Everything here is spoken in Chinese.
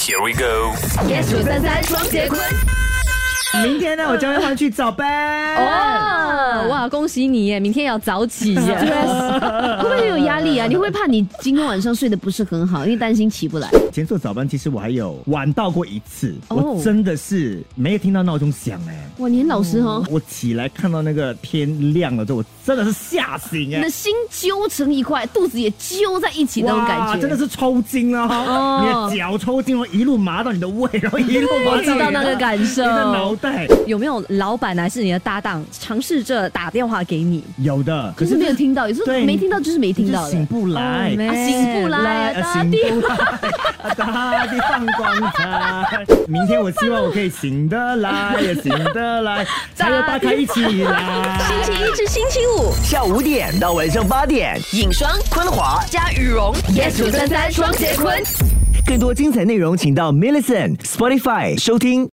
Here we go。 Yes 933双节棍。 明天呢，我将会换去早班。 哦，哇，恭喜你耶！明天要早起耶。 会不会有压力啊？你会不会怕你今天晚上睡得不是很好，因为担心起不来？ 以前做早班，其实我还有晚到过一次， 哦我真的是没有听到闹钟响哇，你很老实哦。 我起来看到那个天亮了之后，我真的是吓醒你的心揪成一块，肚子也揪在一起那种感觉， 真的是抽筋了哈！你的脚抽筋，然后一路麻到你的胃，然后一路麻到我知道那个感受。 你的脑袋有没有老板还是你的搭档尝试着打电话给你？ 有的， 可是没有听到，有时候没听到就是没听到的， 醒不来， 醒不来啊，大地， 大地放光彩。明天我希望我可以醒得来，也醒得来，才有大开一起来。 星期一至星期五下午5点到晚上8点， 影双昆华。 加羽绒 Yes 933双节棍。 更多精彩内容，请到 Millicent Spotify 收听。